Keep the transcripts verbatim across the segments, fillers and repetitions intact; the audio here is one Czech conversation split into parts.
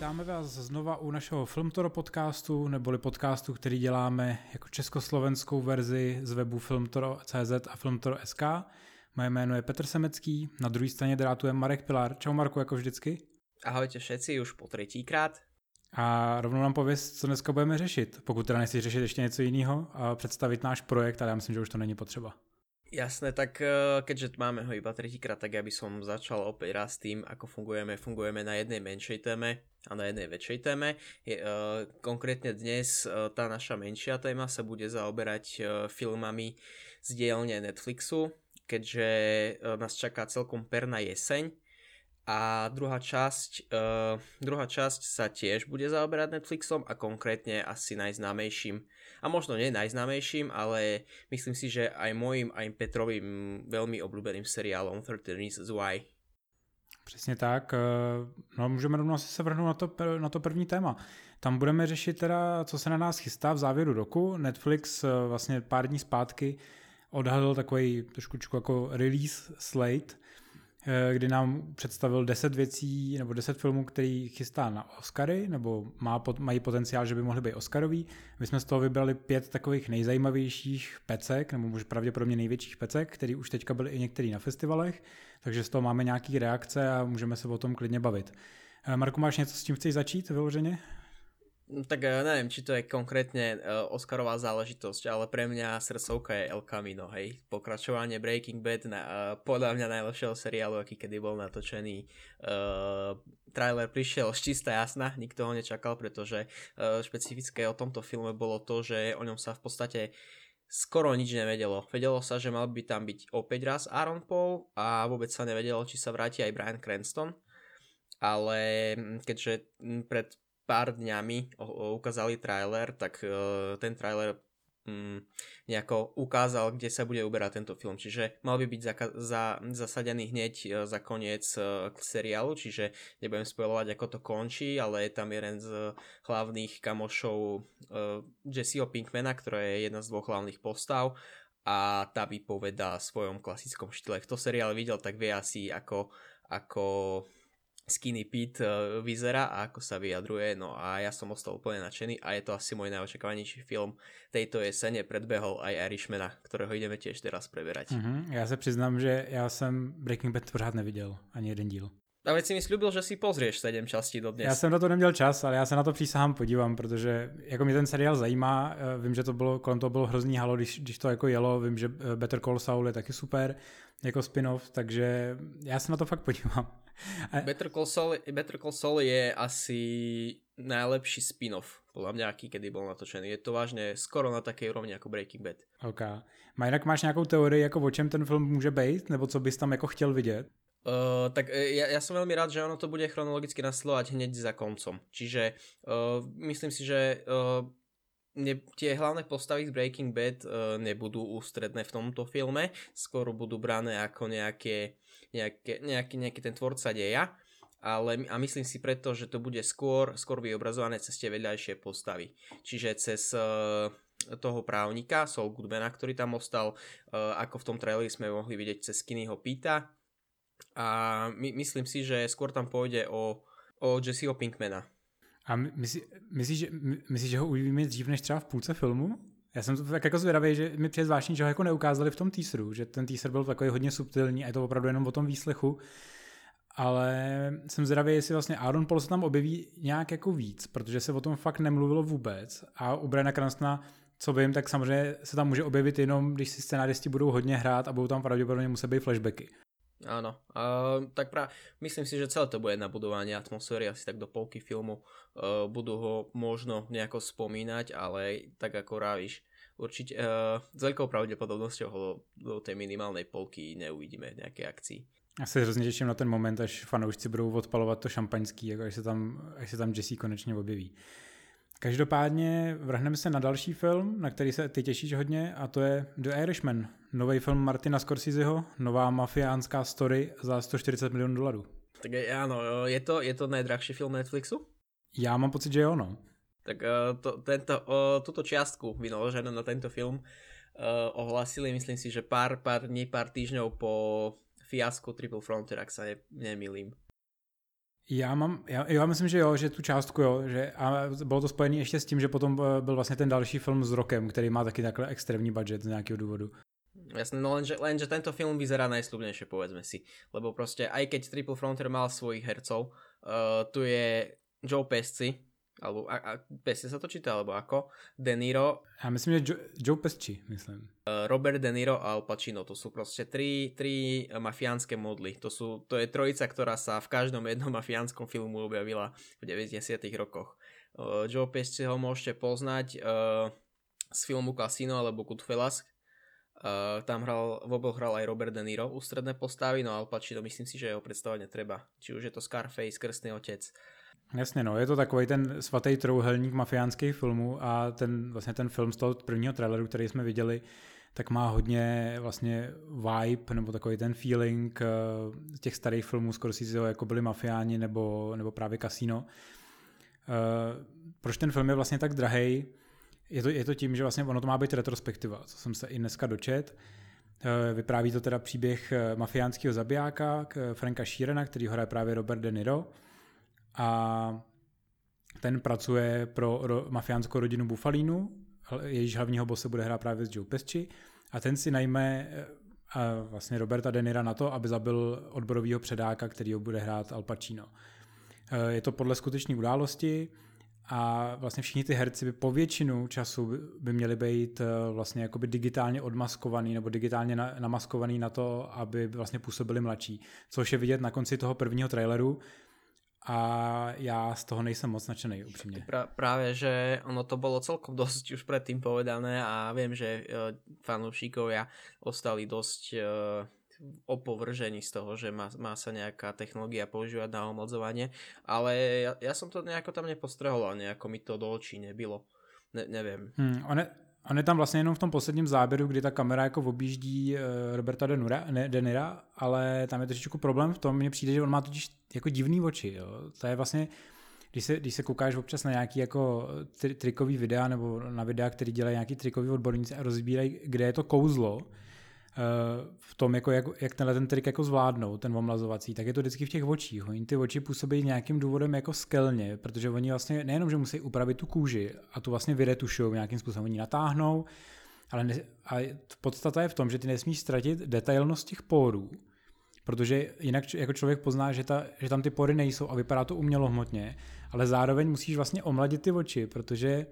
Vítáme vás znova u našeho Filmtoro podcastu, neboli podcastu, který děláme jako československou verzi z webu filmtoro tečka cé zet a filmtoro tečka es ká. Moje jméno je Petr Semecký, na druhé straně drátuje Marek Pilar. Čau Marku, jako vždycky. Ahojte všetci, už po třetíkrát. A rovnou nám pověz, co dneska budeme řešit, pokud teda nechci řešit ještě něco jiného a představit náš projekt, ale já myslím, že už to není potřeba. Jasné, tak keďže máme ho iba tretíkrát, tak ja by som začal opäť raz tým, ako fungujeme. Fungujeme na jednej menšej téme a na jednej väčšej téme. Je, uh, konkrétne dnes uh, tá naša menšia téma sa bude zaoberať uh, filmami z dielne Netflixu, keďže uh, nás čaká celkom perná jeseň. A druhá časť, uh, druhá časť sa tiež bude zaoberať Netflixom a konkrétne asi najznámejším, a možno nie najznámejším, ale myslím si, že aj mojím, aj Petrovým veľmi obľúbeným seriálom thirteen Reasons Why. Přesně tak. No, můžeme rovnou se vrhnout na to, na to první téma. Tam budeme řešit teda, co se na nás chystá v závěru roku. Netflix vlastně pár dní zpátky odhalil takový trošku jako release slate, kdy nám představil deset věcí nebo deset filmů, který chystá na Oscary, nebo má, mají potenciál, že by mohly být Oscarový. My jsme z toho vybrali pět takových nejzajímavějších pecek, nebo možná pravděpodobně největších pecek, který už teďka byly i některý na festivalech, takže z toho máme nějaký reakce a můžeme se o tom klidně bavit. Marku, máš něco, s tím chceš začít vyloženě? Tak neviem, či to je konkrétne uh, Oscarová záležitosť, ale pre mňa srdcovka je El Camino, hej. Pokračovanie Breaking Bad, na, uh, podľa mňa najlepšieho seriálu, aký kedy bol natočený. Uh, trailer prišiel z čistá jasna, nikto ho nečakal, pretože uh, špecifické o tomto filme bolo to, že o ňom sa v podstate skoro nič nevedelo. Vedelo sa, že mal by tam byť opäť raz Aaron Paul a vôbec sa nevedelo, či sa vráti aj Bryan Cranston, ale keďže pred pár dňami ukázali trailer, tak uh, ten trailer um, nejako ukázal, kde sa bude uberať tento film. Čiže mal by byť zaka- za- zasadený hneď uh, za koniec uh, seriálu, čiže nebudem spoilovať, ako to končí, ale je tam jeden z hlavných kamošov uh, Jesseho Pinkmana, ktorá je jedna z dvoch hlavných postav a tá vypovedá v svojom klasickom štýle. Kto seriál videl, tak vie asi ako, ako Skinny Pete uh, vyzerá a ako sa vyjadruje, no a ja som ostal úplne nadšený a je to asi môj najočakávanejší film tejto jesene, predbehol aj Irishmana, ktorého ideme tiež teraz preberať. Mm-hmm. Já se přiznám, že já jsem Breaking Bad pořád neviděl, ani jeden díl. A veď si mi slúbil, že si pozrieš sedm častí do dnes. Já jsem na to neměl čas, ale já se na to přísahám podívám, protože jako mě ten seriál zajímá, vím, že to bylo, kolem toho bylo hrozný halo, když, když to jako jelo, vím, že Better Call Saul je taky super jako spin-off, takže já se na to fakt podívám. A... Better Call Saul, Better Call Saul je asi najlepší spin-off, podľa mňa, aký kedy bol natočený. Je to vážne skoro na takej úrovni ako Breaking Bad. OK. A jinak máš nějakou teorii, jako o čem ten film může být, nebo co bys tam jako chtěl vidět? Uh, tak ja, ja som veľmi rád, že ono to bude chronologicky nasledovať hneď za koncom. Čiže uh, myslím si, že uh, ne, tie hlavné postavy z Breaking Bad uh, nebudú ústredné v tomto filme, skôr budú brané ako nejaké, nejaké, nejaký, nejaký ten tvorca deja, ale, a myslím si preto, že to bude skôr, skôr vyobrazované cez tie vedľajšie postavy. Čiže cez uh, toho právnika, Saul Goodmana, ktorý tam ostal, uh, ako v tom traileri sme mohli vidieť cez Skinnyho Peta. A my, myslím si, že skôr tam pôjde o, o Jesseho Pinkmana. A myslí, myslíš, že, myslí, že ho uvidíme dřív než třeba v půlce filmu? Já jsem to tak jako zvědavý, že mi přijde zvláštní, že ho jako neukázali v tom teaseru, že ten teaser byl takový hodně subtilní a je to opravdu jenom o tom výslechu. Ale jsem zvědavý, jestli vlastně Aaron Paul se tam objeví nějak jako víc, protože se o tom fakt nemluvilo vůbec. A u Bryana Cranstona, co vím, tak samozřejmě se tam může objevit jenom, když si scenáristi budou hodně hrát a budou tam pravděpodobně muset být flashbacky. Áno, uh, tak pra, myslím si, že celé to bude na budovanie atmosféry, asi tak do polky filmu uh, budú ho možno nejako spomínať, ale tak ako ráviš, určite uh, s veľkou pravdepodobnosťou ho do tej minimálnej polky neuvidíme v nejakej akcii. Já se hrozně těším na ten moment, až fanoušci budou odpalovat to šampaňský, jako až se tam, až se tam Jesse konečně objeví. Každopádně vrhneme se na další film, na který se ty těšíš hodně, a to je The Irishman, nový film Martina Scorseseho, nová mafiánská story za sto čtyřicet milionů dolarů. Tak áno, je to, je to najdrahší film Netflixu? Já mám pocit, že jo, no. Tak to, tento, túto čiastku vynaloženú na tento film ohlásili, myslím si, že pár, pár dní, pár týždňov po fiasku Triple Frontier, ak sa ne, nemýlim. Já mám, já, já myslím, že jo, že tu částku jo, že a bylo to spojené ještě s tím, že potom byl vlastně ten další film s Rockem, který má taky takhle extrémní budget z nějakého důvodu. Jasné, no lenže, lenže tento film vyzerá najsľubnejšie, povedzme si. Lebo proste, aj keď Triple Frontier mal svojich hercov, uh, tu je Joe Pesci, alebo a, a, Pesci sa to číta, alebo ako? De Niro. Já myslím, že Joe, Joe Pesci, myslím. Uh, Robert De Niro a Al Pacino, to sú proste tri, tri mafiánske modly. To, sú, to je trojica, ktorá sa v každom jednom mafiánskom filmu objavila v deväťdesiatych rokoch. Uh, Joe Pesci ho môžete poznať uh, z filmu Casino alebo Goodfellas. Uh, tam hral, v oboch hral aj Robert De Niro ústredné postavy, no Al Pacino myslím si, že jeho predstavovať netreba. Či už je to Scarface, Krstný otec. Jasně, no, je to takový ten svatý trouhelník mafiánských filmů a ten, vlastně ten film z toho prvního traileru, který jsme viděli, tak má hodně vlastně vibe, nebo takový ten feeling uh, těch starých filmů, skoro si jako byli mafiáni, nebo, nebo právě Casino. Uh, proč ten film je vlastně tak drahej? Je to, je to tím, že vlastně ono to má být retrospektiva, co jsem se i dneska dočet. Vypráví to teda příběh mafiánského zabijáka Franka Sheerana, který hraje právě Robert De Niro. A ten pracuje pro ro, mafiánskou rodinu Buffalinu, jejíž hlavního bose bude hrát právě s Joe Pesci. A ten si najme vlastně Roberta De Nira na to, aby zabil odborového předáka, který ho bude hrát Al Pacino. Je to podle skutečné události. A vlastně všichni ty herci by po většinu času by měli být vlastně jakoby digitálně odmaskovaný nebo digitálně namaskovaný na to, aby vlastně působili mladší. Což je vidět na konci toho prvního traileru a já z toho nejsem moc nadšenej, upřímně. Pra, práve, že ono to bolo celkom dosť už predtým povedané a viem, že uh, fanúšikovia ostali dosť uh, opovržení z toho, že má, má sa nejaká technológia používať na omladzovanie, ale ja, ja som to nejako tam nepostrehol a nejako mi to do očí nebylo. Ne, neviem. Hmm, on, je, on je tam vlastně jenom v tom posledním záběru, kdy ta kamera jako objíždí uh, Roberta De Nira, ne, De Nira, ale tam je trošičku problém v tom, mně přijde, že on má totiž jako divný oči. Jo. To je vlastně, když se, když se koukáš občas na nějaký jako tri, trikový videa nebo na videa, který dělají nějaký trikový odborníci a rozbírají, kde je to kouzlo, v tom, jako jak, jak tenhle ten trik jako zvládnou, ten omlazovací, tak je to vždycky v těch očích. Oni ty oči působí nějakým důvodem jako skelně, protože oni vlastně nejenom, že musí upravit tu kůži a tu vlastně vyretušují nějakým způsobem, oni natáhnou, ale ne, a podstata je v tom, že ty nesmíš ztratit detailnost těch pórů, protože jinak jako člověk pozná, že, ta, že tam ty pory nejsou a vypadá to umělohmotně, ale zároveň musíš vlastně omladit ty oči, protože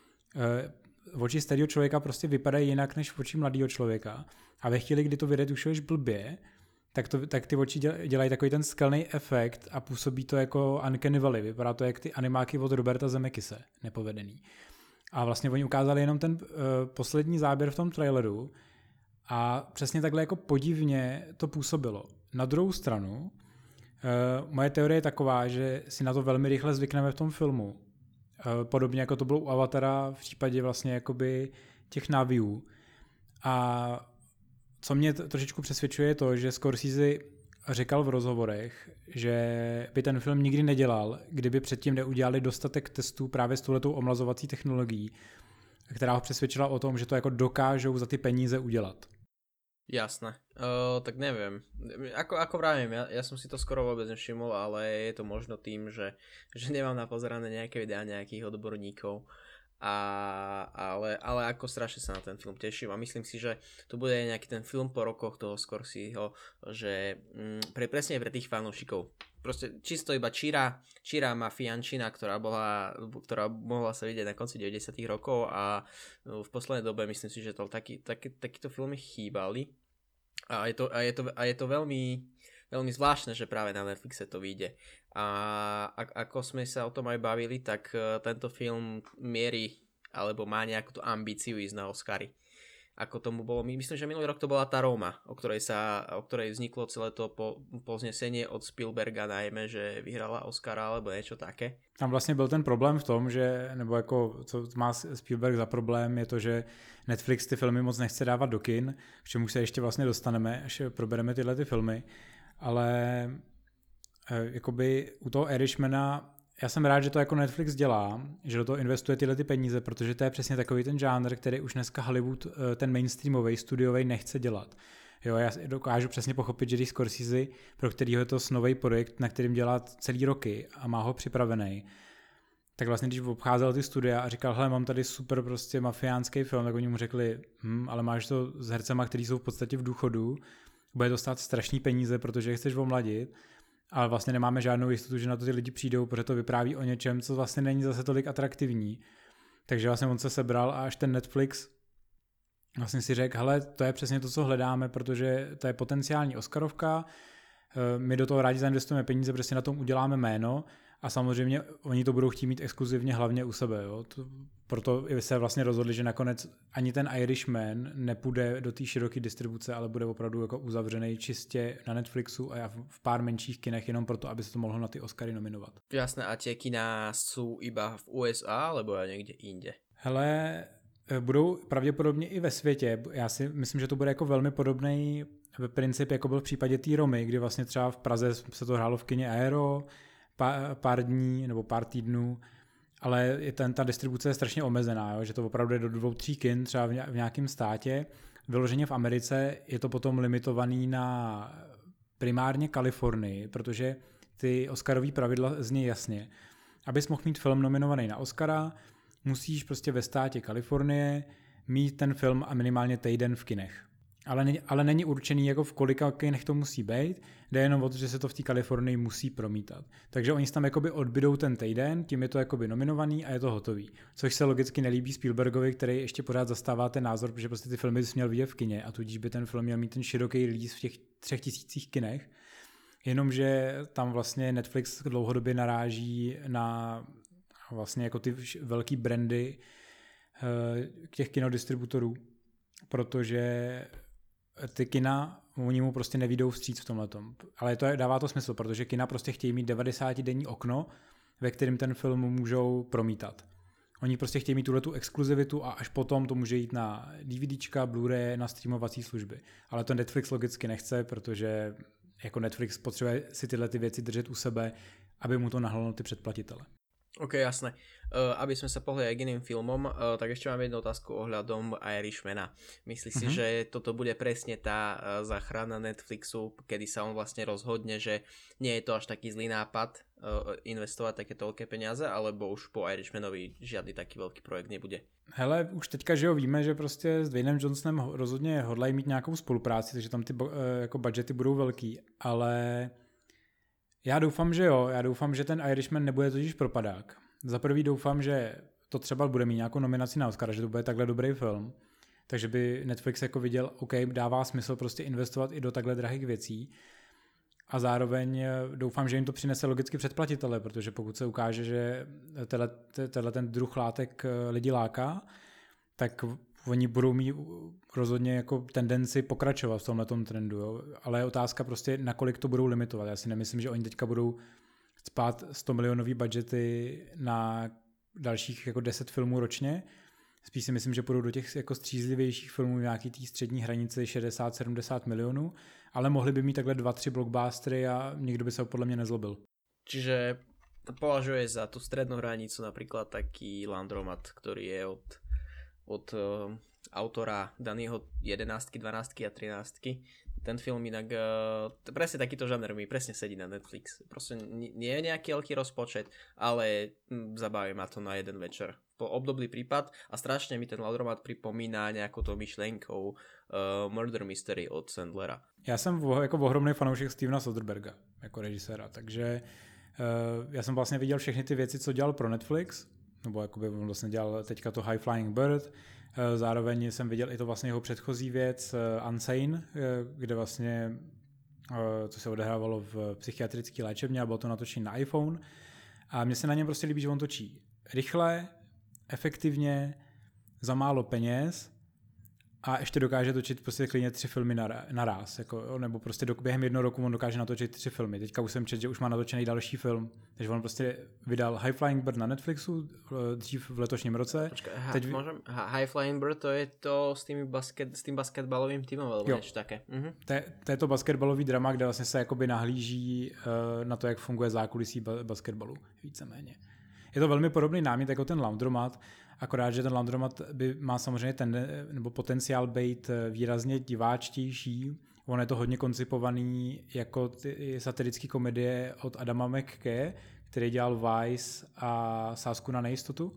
uh, oči starého člověka prostě vypadají jinak než oči mladého člověka. A ve chvíli, kdy to vyretušuješ blbě, tak, to, tak ty oči dělají takový ten skelný efekt a působí to jako Uncanny Valley. Vypadá to jak ty animáky od Roberta Zemeckise, nepovedený. A vlastně oni ukázali jenom ten uh, poslední záběr v tom traileru a přesně takhle jako podivně to působilo. Na druhou stranu, uh, moje teorie je taková, že si na to velmi rychle zvykneme v tom filmu. Uh, podobně jako to bylo u Avatara v případě vlastně jakoby těch Naviů. A co mě trošičku přesvědčuje je to, že Scorsese říkal v rozhovorech, že by ten film nikdy nedělal, kdyby předtím neudělali dostatek testů právě s touhletou omlazovací technologií, která ho přesvědčila o tom, že to jako dokážou za ty peníze udělat. Jasné, uh, tak neviem. Ako, ako vravím, ja, ja som si to skoro vôbec nevšimol, ale je to možno tým, že, že nemám napozerané nejaké videá nejakých odborníkov. A, ale, ale ako strašne sa na ten film teším a myslím si, že to bude nejaký ten film po rokoch toho Scorseseho, že mm, pre, presne pre tých fanúšikov. Proste čisto iba číra, číra mafiančina, ktorá bola, ktorá mohla sa vidieť na konci deväťdesiatych rokov a v poslednej dobe myslím si, že to taký, taký, takýto filmy chýbali a je to, a je to, a je to veľmi, veľmi zvláštne, že práve na Netflixe to vyjde. A ako sme sa o tom aj bavili, tak tento film mierí alebo má nejakú tú ambíciu ísť na Oscary. Ako tomu bolo, myslím, že minulý rok to bola tá Roma, o ktorej, sa, o ktorej vzniklo celé to po, poznesenie od Spielberga najmä, že vyhrala Oscara alebo niečo také. Tam vlastně byl ten problém v tom, že, nebo jako co má Spielberg za problém, je to, že Netflix ty filmy moc nechce dávat do kin, k čemu se ještě vlastně dostaneme, až probereme tyhle ty filmy, ale jakoby u toho Irishmana já jsem rád, že to jako Netflix dělá, že do toho investuje tyhle ty peníze, protože to je přesně takový ten žánr, který už dneska Hollywood, ten mainstreamový, studiový nechce dělat. Jo, já dokážu přesně pochopit, že když Scorsese, pro kterýho je to nový projekt, na kterým dělá celý roky a má ho připravený, tak vlastně když obcházel ty studia a říkal, hele, mám tady super prostě mafiánský film, tak oni mu řekli, hm, ale máš to s hercema, kteří jsou v podstatě v důchodu, bude to stát strašný peníze, protože je chceš omladit, ale vlastně nemáme žádnou jistotu, že na to ty lidi přijdou, protože to vypráví o něčem, co vlastně není zase tolik atraktivní. Takže vlastně on se sebral a až ten Netflix vlastně si řekl, hele, to je přesně to, co hledáme, protože to je potenciální Oscarovka, my do toho rádi zainvestujeme peníze, protože na tom uděláme jméno a samozřejmě oni to budou chtít mít exkluzivně hlavně u sebe. Jo? To, proto se vlastně rozhodli, že nakonec ani ten Irishman nepůjde do té široké distribuce, ale bude opravdu jako uzavřený čistě na Netflixu a v pár menších kinech jenom proto, aby se to mohlo na ty Oscary nominovat. Jasné, a tie kina sú iba v U S A, alebo aj niekde inde? Hele, budou pravděpodobně i ve světě. Já si myslím, že to bude jako velmi podobný princip, jako byl v případě té Romy, kdy vlastně třeba v Praze se to hrálo v kině Aero pár, pár dní nebo pár týdnů, ale je ten, ta distribuce je strašně omezená, jo? Že to opravdu je do dvou, tří kin třeba v nějakém státě. Vyloženě v Americe je to potom limitovaný na primárně Kalifornii, protože ty Oscarové pravidla zní jasně. Abys mohl mít film nominovaný na Oscara, musíš prostě ve státě Kalifornie mít ten film a minimálně týden v kinech. Ale, ne, ale není určený, jako v kolika kinech to musí být, jde jenom o to, že se to v té Kalifornii musí promítat. Takže oni tam jakoby odbydou ten týden, tím je to jakoby nominovaný a je to hotový. Což se logicky nelíbí Spielbergovi, který ještě pořád zastává ten názor, protože prostě ty filmy bys měl vidět v kině a tudíž by ten film měl mít ten široký release v těch třech tisících kinech. Jenomže tam vlastně Netflix dlouhodobě naráží na vlastně jako ty velký brandy těch kinodistributorů, protože ty kina, oni mu prostě nevídou vstříc v tomhletom. Ale to je, dává to smysl, protože kina prostě chtějí mít devadesátidenní okno, ve kterém ten film můžou promítat. Oni prostě chtějí mít tuhletu exkluzivitu a až potom to může jít na DVDčka, Blu-ray, na streamovací služby. Ale to Netflix logicky nechce, protože jako Netflix potřebuje si tyhle ty věci držet u sebe, aby mu to nahlalo ty předplatitele. OK, jasné. Uh, aby sme sa pohli aj k iným filmom, uh, tak ešte mám jednu otázku ohľadom Irishmana. Myslíš si, uh-huh. že toto bude presne tá uh, záchrana Netflixu, kedy sa on vlastne rozhodne, že nie je to až taký zlý nápad uh, investovať takéto veľké peniaze, alebo už po Irishmanovi žiadny taký veľký projekt nebude? Hele, už teďka, že jo, víme, že prostě s Dwaynem Johnsonem rozhodně hodlají mít nějakou spolupráci, takže tam ty uh, jako budžety budou velký, ale já doufám, že jo, já doufám, že ten Irishman nebude totiž propadák. Za prvý doufám, že to třeba bude mít nějakou nominaci na Oscar, že to bude takhle dobrý film, takže by Netflix jako viděl, OK, dává smysl prostě investovat i do takhle drahých věcí a zároveň doufám, že jim to přinese logicky předplatitele, protože pokud se ukáže, že tenhle ten druh látek lidi láká, tak oni budou mít rozhodně jako tendenci pokračovat v tomhletom trendu, jo. Ale je otázka prostě, nakolik to budou limitovat. Já si nemyslím, že oni teďka budou spát sto milionový budžety na dalších jako deset filmů ročně. Spíš si myslím, že půjdou do těch jako střízlivějších filmů nějaký tý střední hranici šedesát sedmdesát milionů, ale mohli by mít takhle dva, tři blockbustery a nikdo by se podle mě nezlobil. Čiže považuje za tú strednú hranicu napríklad taký Landromat, ktorý je od od uh, autora daného jedenástky, dvanástky a trinástky. Ten film inak uh, presne takýto žáner mi presne sedí na Netflix. Proste nie je nejaký veľký rozpočet, ale hm, zabaví ma to na jeden večer. Po obdobný prípad a strašne mi ten Landromat pripomína nejakou tou myšlenkou uh, Murder Mystery od Sandlera. Já jsem jako ohromný fanoušek Stevena Soderberga jako režiséra, takže uh, já jsem vlastně viděl všechny ty věci, co dělal pro Netflix, nebo jakoby on vlastně dělal teďka to High Flying Bird, zároveň jsem viděl i to vlastně jeho předchozí věc Unsane, kde vlastně to se odehrávalo v psychiatrické léčebně a bylo to natočení na iPhone a mně se na něm prostě líbí, že on točí rychle, efektivně, za málo peněz a ještě dokáže točit prostě klidně tři filmy naraz, jako, nebo prostě do, během jednoho roku on dokáže natočit tři filmy. Teďka už jsem četl, že už má natočený další film, takže on prostě vydal High Flying Bird na Netflixu dřív v letošním roce. Počkej, ha, Teď... môžem? High Flying Bird to je to s, tými basket, s tým basketbalovým týmem, alebo niečo také. Mhm. To, je, to je to basketbalový drama, kde vlastně se jakoby nahlíží uh, na to, jak funguje zákulisí ba- basketbalu, víceméně. Je to velmi podobný námět jako ten Laundromat, akorát, že ten Laundromat by má samozřejmě ten, nebo potenciál být výrazně diváčtější On je to hodně koncipovaný jako ty satirické komedie od Adama McKay, který dělal Vice a Sázku na nejistotu.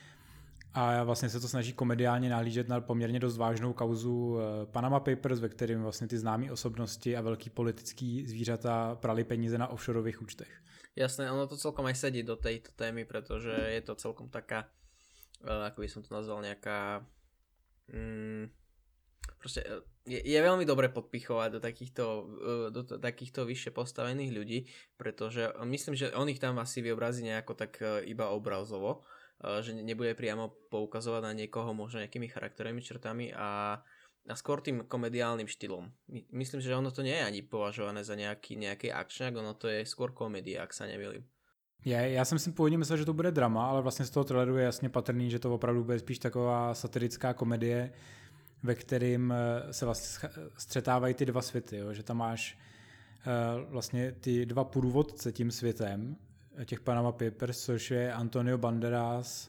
A vlastně se to snaží komediálně nahlížet na poměrně dost vážnou kauzu Panama Papers, ve kterém vlastně ty známé osobnosti a velký politický zvířata prali peníze na offshoreových účtech. Jasné, ono to celkom aj sedí do tejto témy, pretože je to celkom taká, ako by som to nazval, nejaká... Mm, proste je, je veľmi dobre podpichovať do takýchto, do takýchto vyššie postavených ľudí, pretože myslím, že on ich tam asi vyobrazí nejako tak iba obrazovo, že nebude priamo poukazovať na niekoho možno nejakými charakterovými črtami a, a skôr tým komediálnym štýlom. Myslím, že ono to nie je ani považované za nejaký, nejaký akčňák, ono to je skôr komédia, ak sa nemýlim. Je, já jsem si původně myslel, že to bude drama, ale vlastně z toho traileru je jasně patrný, že to opravdu bude spíš taková satirická komedie, ve kterým se vlastně střetávají ty dva světy, jo? Že tam máš uh, vlastně ty dva průvodce tím světem, těch Panama Papers, což je Antonio Banderas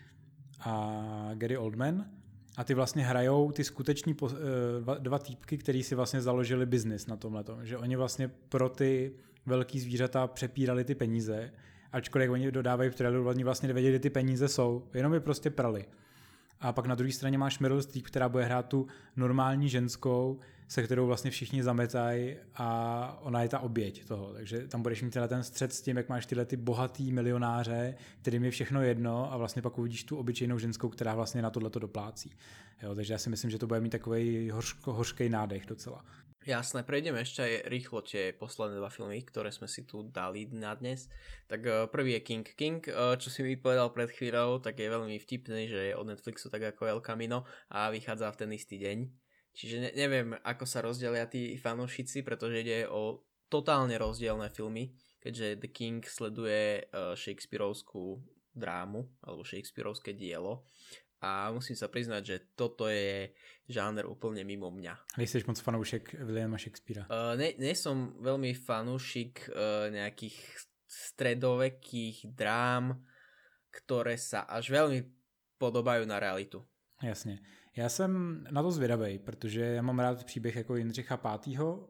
a Gary Oldman. A ty vlastně hrajou ty skuteční po, dva, dva týpky, který si vlastně založili biznis na tomhletom. Že oni vlastně pro ty velký zvířata přepírali ty peníze, ačkoliv jak oni dodávají v traileru, oni vlastně nevěděli, kde ty peníze jsou, jenom je prostě prali. A pak na druhé straně máš Meryl Streep, která bude hrát tu normální ženskou, se kterou vlastně všichni zametají a ona je ta oběť toho. Takže tam budeš mít ten střed s tím, jak máš tyhle ty bohatý milionáře, kterým je všechno jedno a vlastně pak uvidíš tu obyčejnou ženskou, která vlastně na tohleto doplácí. Jo, takže já si myslím, že to bude mít takový hořko, hořký nádech docela. Jasné, prejdeme ešte aj rýchlo tie posledné dva filmy, ktoré sme si tu dali na dnes. Tak prvý je King. King, čo si mi povedal pred chvíľou, tak je veľmi vtipný, že je od Netflixu tak ako El Camino a vychádza v ten istý deň. Čiže ne, neviem, ako sa rozdelia tí fanúšici, pretože ide o totálne rozdielne filmy, keďže The King sleduje Shakespearovskú drámu alebo Shakespearovské dielo. A musím sa priznať, že toto je žáner úplne mimo mňa. Nejsi moc fanúšik Williama Shakespearea? Uh, ne, nie som veľmi fanúšik uh, nejakých stredovekých drám, ktoré sa až veľmi podobajú na realitu. Jasně. Já jsem na to zvědavej, protože já mám rád příběh jako Jindřicha pátého.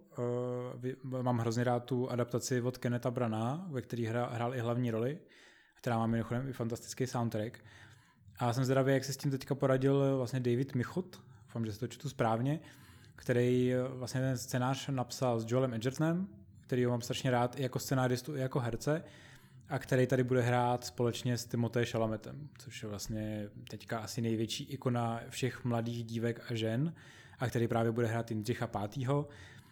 Uh, mám hrozně rád tu adaptaci od Kennetha Brana, ve který hrál, hrál i hlavní roli, která má mimochodem i fantastický soundtrack. A jsem zvědavý, jak se s tím teďka poradil vlastně David Michot, doufám, že se to čtu správně, který vlastně ten scénář napsal s Joelem Edgertonem, který ho mám strašně rád i jako scenáristu, i jako herce, a který tady bude hrát společně s Timothée Chalametem, což je vlastně teďka asi největší ikona všech mladých dívek a žen, a který právě bude hrát Jindřicha pátého.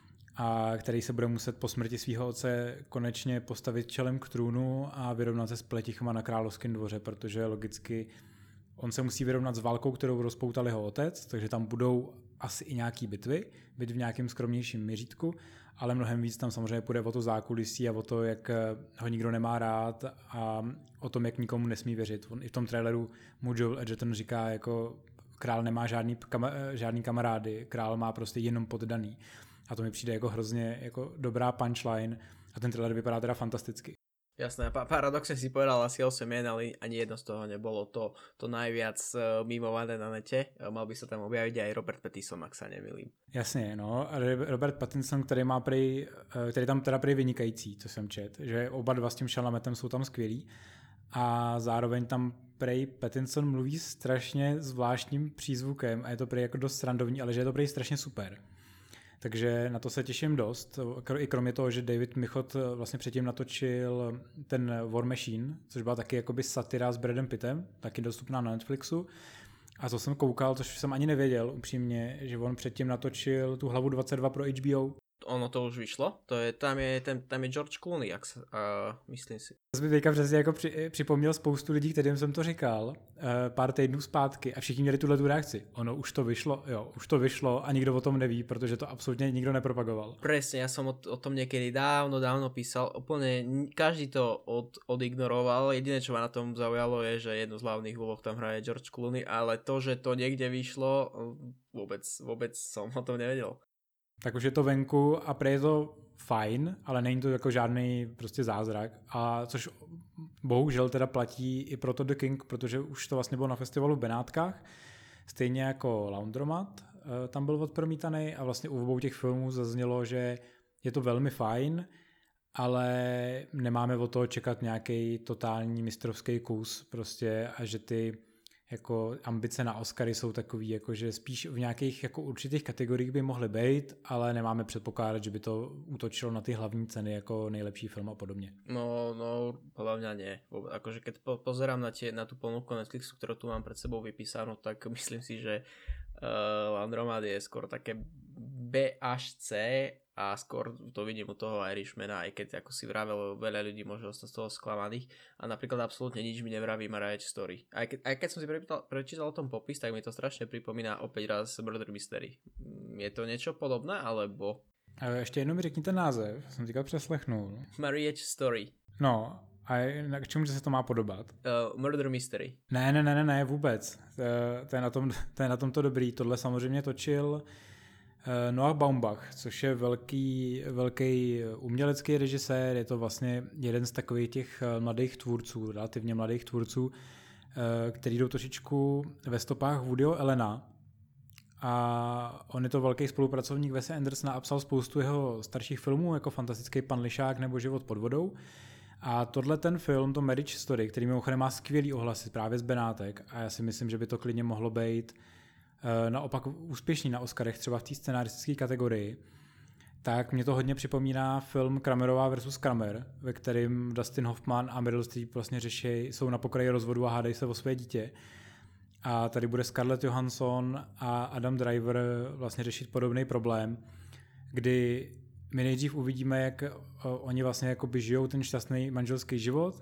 a který se bude muset po smrti svého otce konečně postavit čelem k trůnu a vyrovnat se s pletichama na královském dvoře, protože logicky on se musí vyrovnat s válkou, kterou rozpoutal jeho otec, takže tam budou asi i nějaký bitvy, byť v nějakém skromnějším měřítku, ale mnohem víc tam samozřejmě půjde o to zákulisí a o to, jak ho nikdo nemá rád a o tom, jak nikomu nesmí věřit. On i v tom traileru mu Joel Edgerton říká, jako král nemá žádný, kama, žádný kamarády, král má prostě jenom poddaný. A to mi přijde jako hrozně jako dobrá punchline a ten trailer vypadá teda fantasticky. Jasné, paradoxne si povedal asi osem mien, ale ani jedno z toho nebolo to, to najviac mimované na nete. Mal by sa tam objaviť aj Robert Pattinson, ak sa nemýlim. Jasně, no. Robert Pattinson, který má prej, který tam teda prej vynikající, co jsem čet, že oba dva s tím Chalametem jsou tam skvělí a zároveň tam prej Pattinson mluví strašně zvláštním přízvukem a je to prej jako dost srandovní, ale že je to prej strašně super. Takže na to se těším dost. I kromě toho, že David Michot vlastně předtím natočil ten War Machine, což byla taky jakoby satira s Bradem Pittem, taky dostupná na Netflixu. A to jsem koukal, což jsem ani nevěděl upřímně, že on předtím natočil tu Hlavu dvacet dva pro H B O. Ono to už vyšlo? To je, tam, je, ten, tam je George Clooney, jak se, uh, myslím si. To mi teďka přesně jako při, připomněl spoustu lidí, kterým jsem to říkal uh, pár týdnů zpátky a všichni měli tuhle tu reakci. Ono už to vyšlo, jo, už to vyšlo a nikdo o tom neví, protože to absolutně nikdo nepropagoval. Presne, ja som o, o tom niekedy dávno, dávno písal, úplne každý to od, odignoroval, jediné čo ma na tom zaujalo je, že jednu z hlavných úloh tam hraje George Clooney, ale to, že to niekde vyšlo, vôbec, vôbec som o tom nevedel. Tak už je to venku a prej je to fajn, ale není to jako žádný prostě zázrak. A což bohužel teda platí i pro to The King, protože už to vlastně bylo na festivalu v Benátkách, stejně jako Laundromat, tam byl odpromítaný a vlastně u obou těch filmů zaznělo, že je to velmi fajn, ale nemáme od toho čekat nějaký totální mistrovský kus prostě a že ty jako ambice na Oscary jsou takový, jako že spíš v nějakých jako určitých kategoriích by mohly být, ale nemáme předpokládat, že by to útočilo na ty hlavní ceny jako nejlepší film a podobně. No, no, podľa mňa nie. Akože keď po- pozerám na, tie, na tú ponuku Netflixu, ktorú tu mám pred sebou vypísanú, tak myslím si, že uh, Landromat je skôr také B až C a skôr to vidím u toho Irishmana, aj keď ako si vravel, veľa ľudí môže ostať z toho sklamaných a napríklad absolútne nič mi nevraví Marriage Story. Aj, ke, aj keď som si prečítal, prečítal o tom popis, tak mi to strašne pripomína opäť raz Murder Mystery. Je to niečo podobné, alebo... A ještě jednou mi řekni ten název, jsem teďka přeslechnul. Marriage Story. No, a k čemu se to má podobat? Uh, Murder Mystery. Ne, ne, ne, ne, ne, vůbec. To, to, je na tom, to je na tom to dobrý. Tohle samozřejmě točil uh, Noah Baumbach, což je velký, velký umělecký režisér. Je to vlastně jeden z takových těch mladých tvůrců, relativně mladých tvůrců, uh, který jdou trošičku ve stopách Woodyho Allena. A on je to velký spolupracovník Wese Andersona a psal spoustu jeho starších filmů, jako Fantastický pan Lišák nebo Život pod vodou. A tohle ten film, to Marriage Story, který mimochodem má skvělý ohlasy právě z Benátek a já si myslím, že by to klidně mohlo být uh, naopak úspěšný na Oscarech, třeba v té scenaristické kategorii, tak mě to hodně připomíná film Kramerová versus Kramer, ve kterém Dustin Hoffman a Meryl Streep vlastně řeší, jsou na pokraji rozvodu a hádají se o své dítě. A tady bude Scarlett Johansson a Adam Driver vlastně řešit podobný problém, kdy my nejdřív uvidíme, jak oni vlastně jakoby žijou ten šťastný manželský život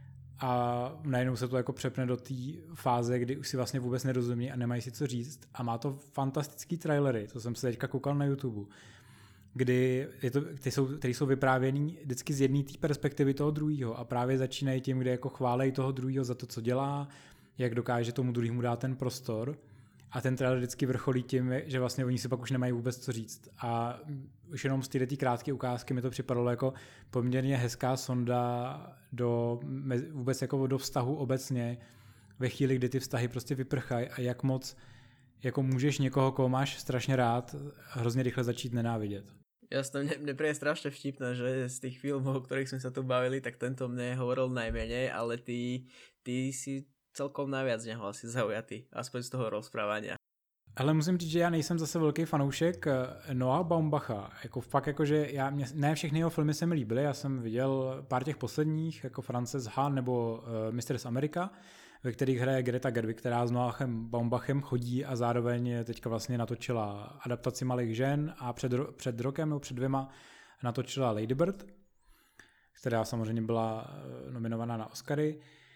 a najednou se to jako přepne do té fáze, kdy už si vlastně vůbec nerozumí a nemají si co říct a má to fantastický trailery, to jsem se teďka koukal na YouTube, kdy je to, ty jsou, který jsou vyprávěný vždycky z jedné té perspektivy toho druhého a právě začínají tím, kde jako chválejí toho druhého za to, co dělá, jak dokáže tomu druhému dát ten prostor a ten trailer vždycky vrcholí tím, že vlastně oni si pak už nemají vůbec co říct a už jenom z této krátké ukázky mi to připadalo jako poměrně hezká sonda do vůbec jako do vztahu obecně ve chvíli, kdy ty vztahy prostě vyprchají a jak moc jako můžeš někoho, koho máš strašně rád, hrozně rychle začít nenávidět. Jasné, mne, mne príde strašne vtipné, že z tých filmov, o ktorých sme sa tu bavili, tak tento mne hovoril najmenej, ale ty, ty si celkom najviac neho asi zaujatý, aspoň z toho rozprávania. Ale musím říct, že já nejsem zase velký fanoušek Noah Baumbacha. Jako fakt, jakože já, mě, ne všechny jeho filmy se mi líbily, já jsem viděl pár těch posledních, jako Frances Ha nebo uh, mistress America, ve kterých hraje Greta Gerwig, která s Noahem Baumbachem chodí a zároveň teďka vlastně natočila adaptaci Malých žen a před, před rokem nebo před dvěma natočila Lady Bird, která samozřejmě byla nominovaná na Oscary.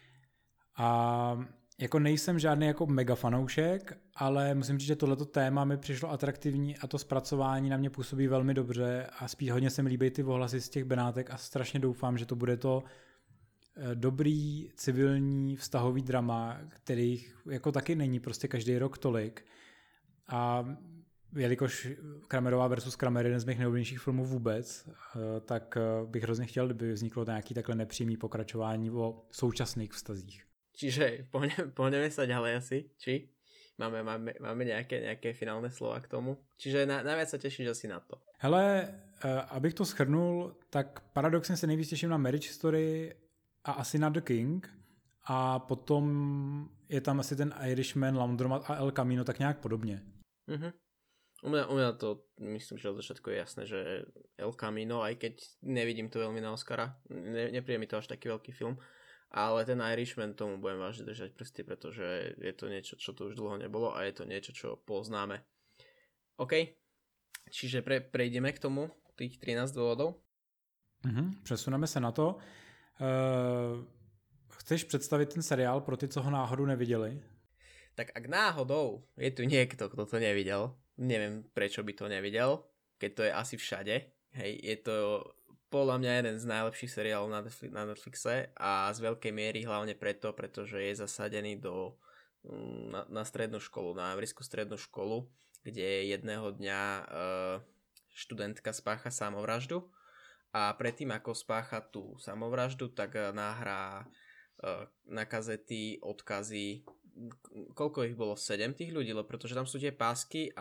A jako nejsem žádný jako mega fanoušek, ale musím říct, že tohleto téma mi přišlo atraktivní a to zpracování na mě působí velmi dobře a spíš hodně se mi líbí ty ohlasy z těch Benátek a strašně doufám, že to bude to dobrý civilní vztahový drama, kterých jako taky není prostě každý rok tolik. A jelikož Kramerová versus Kramer je jeden z mých nejoblíbenějších filmů vůbec, tak bych hrozně chtěl, kdyby vzniklo nějaký takhle nepřímý pokračování o současných vztazích. Čiže pohneme sa ďalej asi, či? Máme, máme, máme nejaké, nejaké finálne slova k tomu? Čiže na, najviac sa tešíš asi na to. Hele, abych to shrnul, tak paradoxně se nejvíc těším na Marriage Story a asi na The King a potom je tam asi ten Irishman, Laundromat a El Camino tak nějak podobně. Uh-huh. U mňa, u mňa to, myslím, že od začiatku je jasné, že El Camino, aj keď nevidím to veľmi na Oscara, ne, nepríde mi to až taký veľký film, ale ten Irishman, tomu budem vážne držať prsty, pretože je to niečo, čo tu už dlho nebolo a je to niečo, čo poznáme. OK, čiže pre, prejdeme k tomu, tých trinásť dôvodov. Mm-hmm, přesuneme se na to. Uh, chceš představit ten seriál pro ty, co ho náhodou neviděli? Tak ak náhodou je tu niekto, kto to nevidel, neviem prečo by to nevidel, keď to je asi všade, hej, je to podľa mňa jeden z najlepších seriálov na, Netflix, na Netflixe a z veľkej miery hlavne preto, pretože je zasadený do, na, na strednú školu, na americkú strednú školu, kde jedného dňa e, študentka spácha samovraždu a predtým ako spácha tú samovraždu, tak nahrá e, na kazety odkazy, koľko ich bolo? sedem tých ľudí, pretože tam sú tie pásky a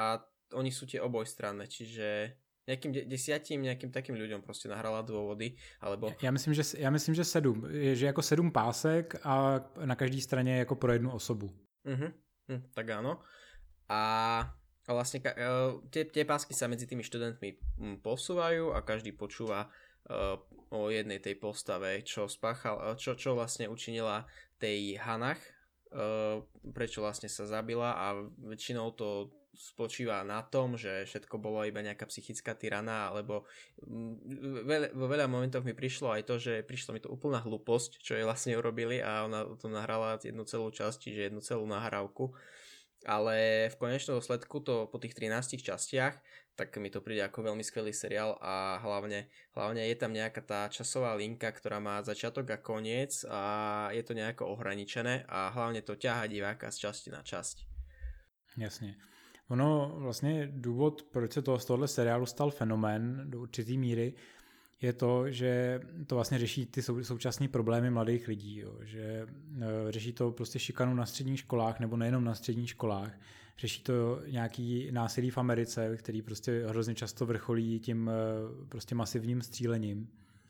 oni sú tie obojstranné, čiže nejakým de- desiatím, nejakým takým ľuďom proste nahrala dôvody, alebo... Já myslím, že, já myslím, že sedm. Je, že jako sedm pásek a na každé straně je jako pro jednu osobu. Uh-huh. Hm, tak áno. A, a vlastne ka- tie, tie pásky sa medzi tými študentmi hm, posúvajú a každý počúva uh, o jednej tej postave, čo spáchal, čo, čo vlastne učinila tej Hannah, uh, prečo vlastne sa zabila a väčšinou to spočíva na tom, že všetko bolo iba nejaká psychická tyrana, alebo veľa, vo veľa momentoch mi prišlo aj to, že prišlo mi to úplná hlúposť, čo je vlastne urobili a ona o tom nahrala jednu celú časť, čiže jednu celú nahrávku. Ale v konečnom dôsledku to po tých trinástich častiach, tak mi to príde ako veľmi skvelý seriál a hlavne, hlavne je tam nejaká tá časová linka, ktorá má začiatok a koniec a je to nejako ohraničené a hlavne to ťahá diváka z časti na časť. Jasně. Ono vlastně důvod, proč se to z tohohle seriálu stal fenomén do určitý míry, je to, že to vlastně řeší ty sou, současné problémy mladých lidí, jo. Že e, řeší to prostě šikanu na středních školách, nebo nejenom na středních školách. Řeší to nějaký násilí v Americe, který prostě hrozně často vrcholí tím e, prostě masivním střílením. E,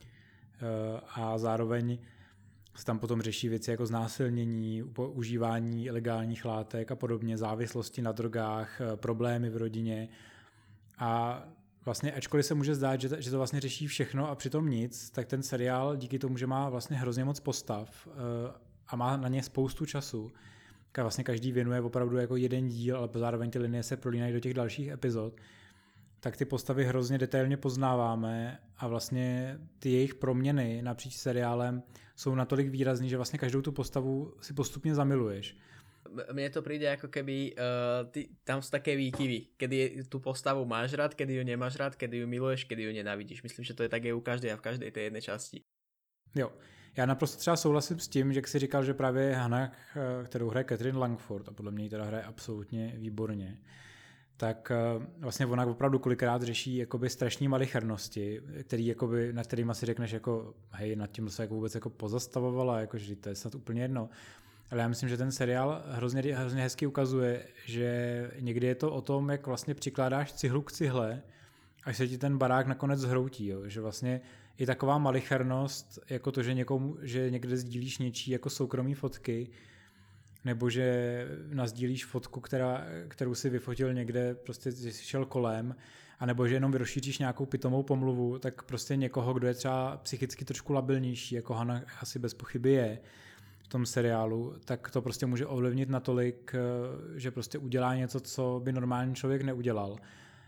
a zároveň se tam potom řeší věci jako znásilnění, užívání ilegálních látek a podobně, závislosti na drogách, problémy v rodině. A vlastně, ačkoliv se může zdát, že to, že to vlastně řeší všechno a přitom nic, tak ten seriál díky tomu, že má vlastně hrozně moc postav a má na ně spoustu času, vlastně každý věnuje opravdu jako jeden díl, ale zároveň ty linie se prolínají do těch dalších epizod, tak ty postavy hrozně detailně poznáváme a vlastně ty jejich proměny napříč seriálem jsou natolik výrazný, že vlastně každou tu postavu si postupně zamiluješ. Mne to príde ako keby uh, ty, tam sú také výkyvy, kedy je, tú postavu máš rád, kedy ju nemáš rád, kedy ju miluješ, kedy ju nenávidíš. Myslím, že to je také u každej a v každej tej jednej časti. Jo, já naprosto třeba souhlasím s tím, že jsi říkal, že právě Hannah, kterou hraje Catherine Langford, a podle mě ji teda hraje absolutně výborně, tak vlastně ona opravdu kolikrát řeší jakoby strašný malichernosti, který jakoby, nad kterýma si řekneš jako hej, nad tím se jako vůbec jako pozastavovala, jako, že to je snad úplně jedno. Ale já myslím, že ten seriál hrozně, hrozně hezky ukazuje, že někdy je to o tom, jak vlastně přikládáš cihlu k cihle, až se ti ten barák nakonec zhroutí. Jo. Že vlastně i taková malichernost, jako to, že, někomu, že někde sdílíš něčí jako soukromý fotky, nebo že nasdílíš fotku, která, kterou si vyfotil někde, prostě jsi šel kolem, anebo že jenom rozšíříš nějakou pitomou pomluvu, tak prostě někoho, kdo je třeba psychicky trošku labilnější, jako Hannah asi bez pochyby je v tom seriálu, tak to prostě může ovlivnit natolik, že prostě udělá něco, co by normální člověk neudělal.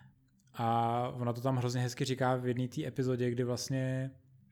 A ona to tam hrozně hezky říká v jedné té epizodě, kdy vlastně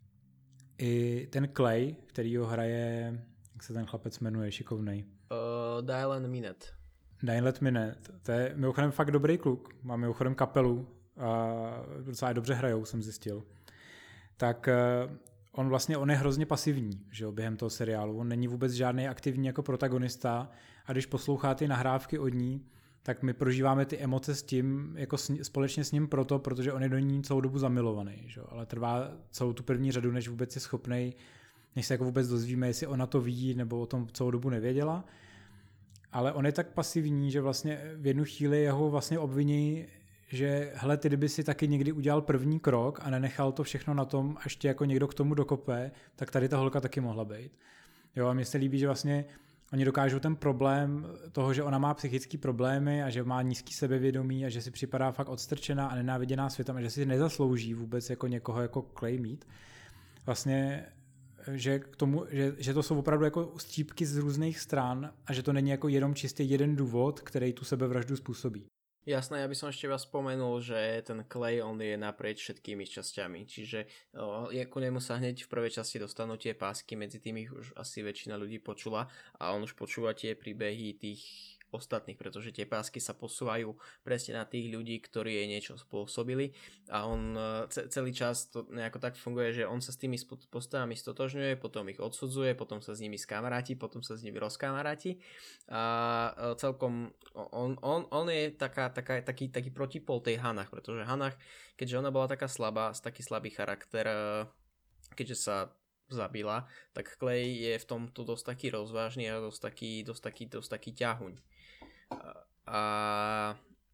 i ten Clay, který ho hraje, jak se ten chlapec jmenuje, šikovnej. Uh, Dylan Minnette. Dylan Minnette. To je mimochodem fakt dobrý kluk. Má mimochodem kapelu a docela dobře hrajou, jsem zjistil. Tak on vlastně, on je hrozně pasivní, že jo, během toho seriálu. On není vůbec žádný aktivní jako protagonista a když poslouchá ty nahrávky od ní, tak my prožíváme ty emoce s tím, jako s, společně s ním proto, protože on je do ní celou dobu zamilovaný, že jo? Ale trvá celou tu první řadu, než vůbec je schopnej, než se jako vůbec dozvíme, jestli ona to ví, nebo o tom celou dobu nevěděla. Ale on je tak pasivní, že vlastně v jednu chvíli jeho vlastně obviní, že hele, ty kdyby si taky někdy udělal první krok a nenechal to všechno na tom, až tě jako někdo k tomu dokope, tak tady ta holka taky mohla být. Jo, a mně se líbí, že vlastně oni dokážou ten problém toho, že ona má psychické problémy a že má nízký sebevědomí a že si připadá fakt odstrčená a nenáviděná světem a že si nezaslouží vůbec jako někoho jako Clay mít. Vlastně, že, k tomu, že, že to jsou opravdu jako střípky z různých stran a že to není jako jenom čistě jeden důvod, který tu sebevraždu způsobí. Jasné, ja by som ešte vás spomenul, že ten Clay, on je naprieč všetkými časťami, čiže o, ku nemu sa hneď v prvej časti dostanú tie pásky, medzi tými už asi väčšina ľudí počula a on už počúva tie príbehy tých ostatných, pretože tie pásky sa posúvajú presne na tých ľudí, ktorí jej niečo spôsobili a on celý čas to nejako tak funguje, že on sa s tými postavami stotožňuje, potom ich odsudzuje, potom sa s nimi skamaráti, potom sa s nimi rozkamaráti a celkom on, on, on je taká, taká, taký, taký protipol tej Hannah, pretože Hannah, keďže ona bola taká slabá, taký slabý charakter, keďže sa zabila, tak Clay je v tomto dosť taký rozvážny a dosť taký, dosť taký, dosť taký ťahuň. A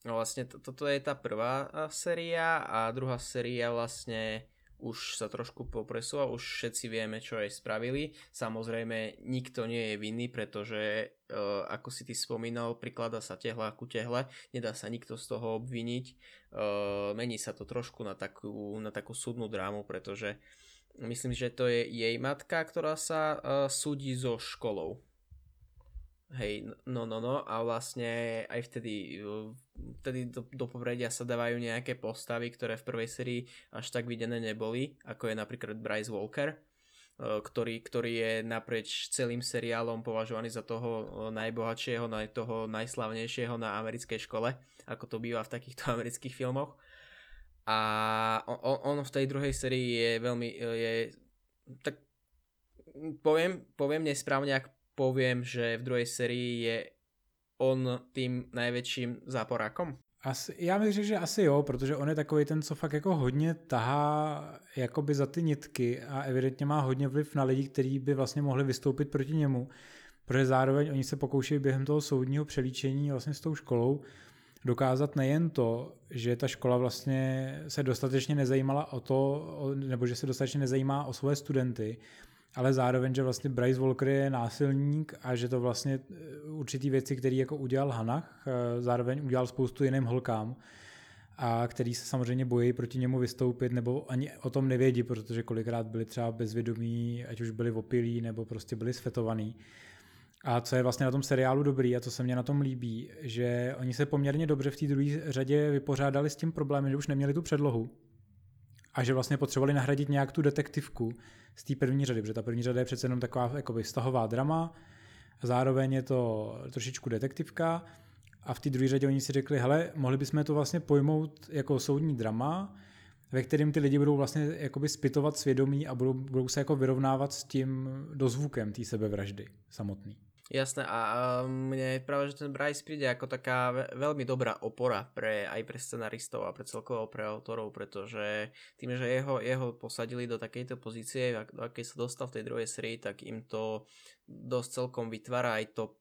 No vlastne to, toto je tá prvá séria a druhá séria vlastne už sa trošku popresúva, už všetci vieme, čo aj spravili. Samozrejme, nikto nie je vinný, pretože uh, ako si ty spomínal, prikladá sa tehla ku tehle, nedá sa nikto z toho obviniť. Uh, mení sa to trošku na takú, na takú súdnu drámu, pretože myslím, že to je jej matka, ktorá sa uh, súdi so školou. Hej, no, no, no, a vlastne aj vtedy, vtedy do, do popredia sa dávajú nejaké postavy, ktoré v prvej sérii až tak videné neboli, ako je napríklad Bryce Walker, ktorý, ktorý je naprieč celým seriálom považovaný za toho najbohatšieho, toho najslavnejšieho na americkej škole, ako to býva v takýchto amerických filmoch. A on, on v tej druhej sérii je veľmi, je, tak poviem, poviem nesprávne, ak poviem, že v druhej sérii je on tým najväčším záporákom? Asi, já bych řekl, že asi jo, protože on je takový ten, co fakt jako hodně tahá jakoby za ty nitky a evidentně má hodně vliv na lidi, kteří by vlastně mohli vystoupit proti němu, protože zároveň oni se pokoušejí během toho soudního přelíčení vlastně s tou školou dokázat nejen to, že ta škola vlastně se dostatečně nezajímala o to, nebo že se dostatečně nezajímá o svoje studenty, ale zároveň, že vlastně Bryce Walker je násilník a že to vlastně určitý věci, které jako udělal Hannah, zároveň udělal spoustu jiným holkám a který se samozřejmě bojí proti němu vystoupit nebo ani o tom nevědí, protože kolikrát byli třeba bezvědomí, ať už byli opilí nebo prostě byli sfetovaný. A co je vlastně na tom seriálu dobrý a co se mně na tom líbí, že oni se poměrně dobře v té druhé řadě vypořádali s tím problémem, že už neměli tu předlohu a že vlastně potřebovali nahradit nějak tu detektivku z té první řady, protože ta první řada je přece jenom taková jakoby vztahová drama, zároveň je to trošičku detektivka a v té druhé řadě oni si řekli, hele, mohli bychom to vlastně pojmout jako soudní drama, ve kterém ty lidi budou vlastně jakoby zpytovat svědomí a budou, budou se jako vyrovnávat s tím dozvukem té sebevraždy samotný. Jasné, a mne práve, že ten Bryce príde ako taká veľmi dobrá opora pre, aj pre scenaristov a pre celkovo pre autorov, pretože tým, že jeho, jeho posadili do takejto pozície, do akej sa dostal v tej druhej sérii, tak im to dosť celkom vytvára aj to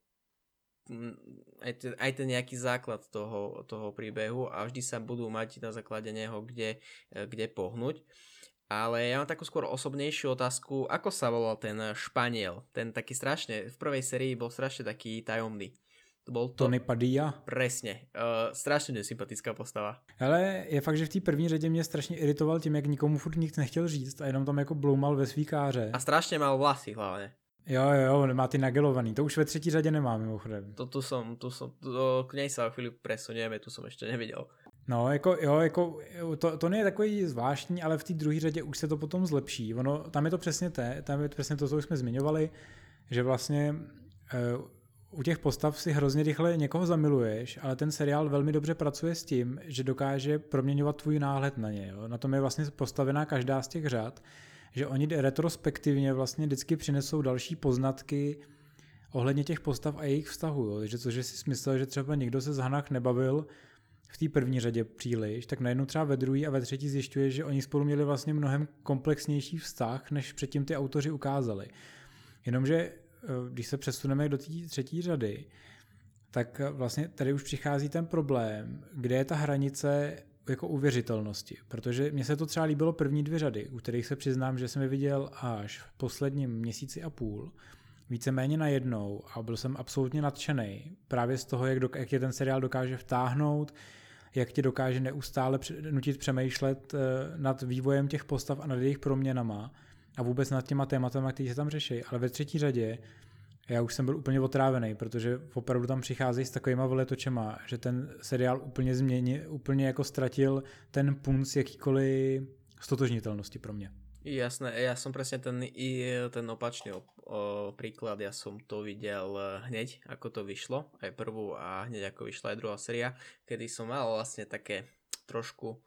aj ten, aj ten nejaký základ toho, toho príbehu a vždy sa budú mať na základe neho kde, kde pohnúť. Ale ja mám takú skôr osobnejšiu otázku, ako sa volal ten Španiel, ten taký strašne, v prvej sérii bol strašne taký tajomný. To bol to... Tony Padilla? Presne, uh, strašne nesympatická postava. Ale je fakt, že v té první řadě mě strašně iritoval tím, jak nikomu furt nic nechtěl říct a jenom tam jako bloumal ve svý káře. A strašne mal vlasy hlavne. Jo, jo, má ty nagelovaný. To už ve třetí řadě nemá mimochodem. To tu som, tu som, to, k nej sa o chvíli presunieme, tu som ešte nevidel. No, jako, jo, jako, to, to nie je takový zvláštní, ale v té druhé řadě už se to potom zlepší. Ono, tam je to přesně té, tam je přesně to, co už jsme zmiňovali, že vlastně uh, u těch postav si hrozně rychle někoho zamiluješ, ale ten seriál velmi dobře pracuje s tím, že dokáže proměňovat tvůj náhled na ně. Jo? Na tom je vlastně postavená každá z těch řad, že oni retrospektivně vlastně vždycky přinesou další poznatky ohledně těch postav a jejich vztahu. Jo? Že což si myslel, že třeba někdo se z Hannah nebavil v té první řadě příliš, tak najednou třeba ve druhé a ve třetí zjišťuje, že oni spolu měli vlastně mnohem komplexnější vztah, než předtím ty autoři ukázali. Jenomže když se přesuneme do té třetí řady, tak vlastně tady už přichází ten problém, kde je ta hranice jako uvěřitelnosti, protože mně se to třeba líbilo první dvě řady, u kterých se přiznám, že jsem je viděl až v posledním měsíci a půl, víceméně najednou a byl jsem absolutně nadšený právě z toho, jak, do, jak tě ten seriál dokáže vtáhnout, jak tě dokáže neustále nutit přemýšlet nad vývojem těch postav a nad jejich proměnama a vůbec nad těma tématama, které se tam řeší. Ale ve třetí řadě já už jsem byl úplně otrávený, protože opravdu tam přicházejí s takovýma veletočema, že ten seriál úplně změní, úplně jako ztratil ten punc jakýkoliv stotožniteľnosti pro mě. Jasné, ja som presne ten, ten opačný o, o, príklad, ja som to videl hneď, ako to vyšlo, aj prvú a hneď ako vyšla aj druhá séria, kedy som mal vlastne také trošku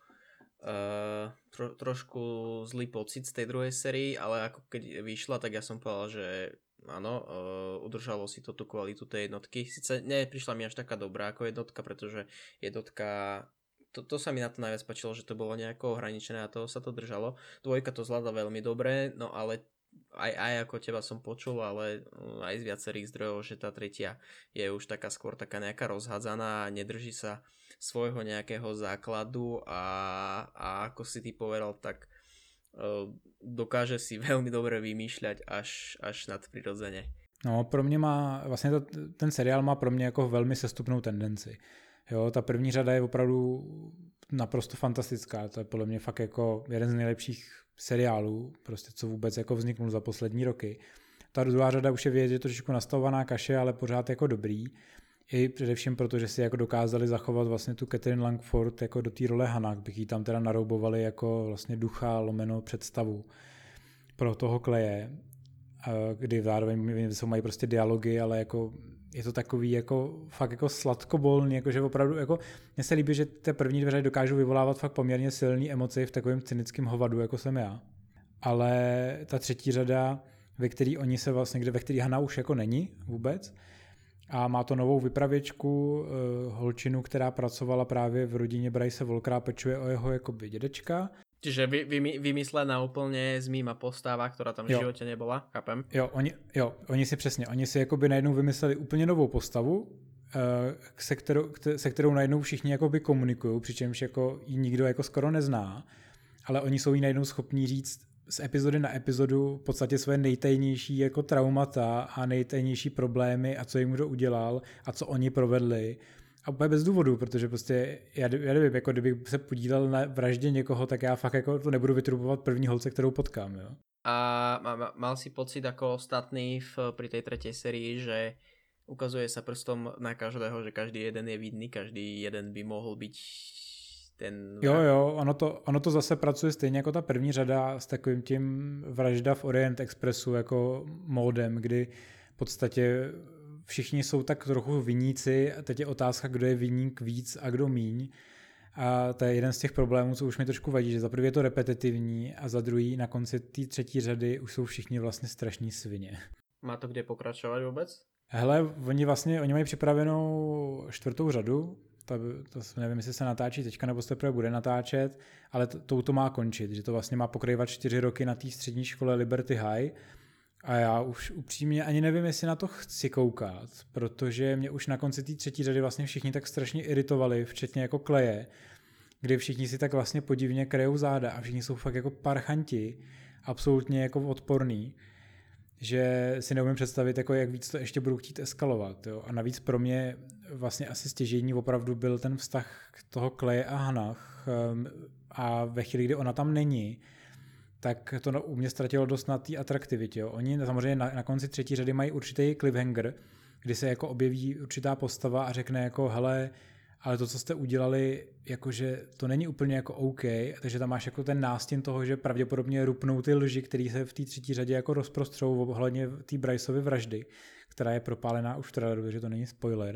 uh, tro, trošku zlý pocit z tej druhej sérii, ale ako keď vyšla, tak ja som povedal, že áno, uh, udržalo si to tú kvalitu tej jednotky, sice neprišla mi až taká dobrá ako jednotka, pretože jednotka To, to sa mi na to najviac páčilo, že to bolo nejako ohraničené a toho sa to držalo. Dvojka to zvláda veľmi dobre, no ale aj, aj ako teba som počul, ale aj z viacerých zdrojov, že tá tretia je už taká skôr taká nejaká rozhádzaná a nedrží sa svojho nejakého základu a, a ako si ty povedal, tak uh, dokáže si veľmi dobre vymýšľať až, až nadprirodzene. No, pro mě má, vlastně to, ten seriál má pro mě jako velmi sestupnou tendenci. Jo, ta první řada je opravdu naprosto fantastická, to je podle mě fakt jako jeden z nejlepších seriálů, prostě co vůbec jako vzniknul za poslední roky. Ta druhá řada už je vidět, že je trošičku nastavovaná kaše, ale pořád jako dobrý. I především proto, že si jako dokázali zachovat vlastně tu Catherine Langford jako do té role Hannah, bych jí tam teda naroubovali jako vlastně ducha lomeno představu pro toho Kleje, kdy zároveň jsou mají prostě dialogy, ale jako je to takový jako fakt jako sladkobolný, jakože opravdu jako mně se líbí, že ty první dvě řady dokážou vyvolávat fakt poměrně silné emoce v takovém cynickém hovadu, jako jsem já. Ale ta třetí řada, ve který oni se vlastně, kde ve který Hannah už jako není vůbec, a má to novou vypravěčku, uh, holčinu, která pracovala právě v rodině Bryce Walkera, pečuje o jeho jakoby dědečka. Čiže vy, vy, vymyslená úplně z mýma postava, která tam v jo. životě nebyla, chápem? Jo, oni, jo, oni si přesně, oni si jakoby najednou vymysleli úplně novou postavu, uh, se, kterou, se kterou najednou všichni jakoby komunikují, přičemž jako ji nikdo jako skoro nezná, ale oni jsou jí najednou schopní říct z epizody na epizodu v podstatě své nejtajnější jako traumata a nejtajnější problémy a co jim kdo udělal a co oni provedli. A úplně bez důvodu, protože prostě já, já nevím, jako kdybych se podílel na vraždě někoho, tak já fakt jako to nebudu vytrubovat první holce, kterou potkám. Jo? A mal si pocit jako ostatný v, pri tej tretej sérii, že ukazuje sa prstom na každého, že každý jeden je vidný, každý jeden by mohl být ten... Jo, jo, ono to, ono to zase pracuje stejně jako ta první řada s takovým tím vražda v Orient Expressu jako módem, kdy v podstatě všichni jsou tak trochu viníci a teď je otázka, kdo je viník víc a kdo míň. A to je jeden z těch problémů, co už mi trošku vadí, že za prvé je to repetitivní a za druhý na konci té třetí řady už jsou všichni vlastně strašní svině. Má to kde pokračovat vůbec? Hele, oni vlastně, oni mají připravenou čtvrtou řadu, to, to nevím, jestli se natáčí teďka, nebo se teprve bude natáčet, ale to, to, to má končit, že to vlastně má pokrývat čtyři roky na té střední škole Liberty High a já už upřímně ani nevím, jestli na to chci koukat, protože mě už na konci té třetí řady vlastně všichni tak strašně iritovali, včetně jako Kleje, kdy všichni si tak vlastně podivně krejou záda a všichni jsou fakt jako parchanti, absolutně jako odporný, že si neumím představit, jako jak víc to ještě budou chtít eskalovat. Jo? A navíc pro mě vlastně asi stěžejní opravdu byl ten vztah toho Kleje a Hannah um, a ve chvíli, kdy ona tam není, tak to u mě ztratilo dost na té atraktivitě. Jo? Oni samozřejmě na, na konci třetí řady mají určitý cliffhanger, kdy se jako objeví určitá postava a řekne jako hele, ale to, co jste udělali, jakože to není úplně jako OK, takže tam máš jako ten nástin toho, že pravděpodobně rupnou ty lži, které se v té třetí řadě jako rozprostřou ohledně té Bryceovy vraždy, která je propálená už v traileru, že to není spoiler.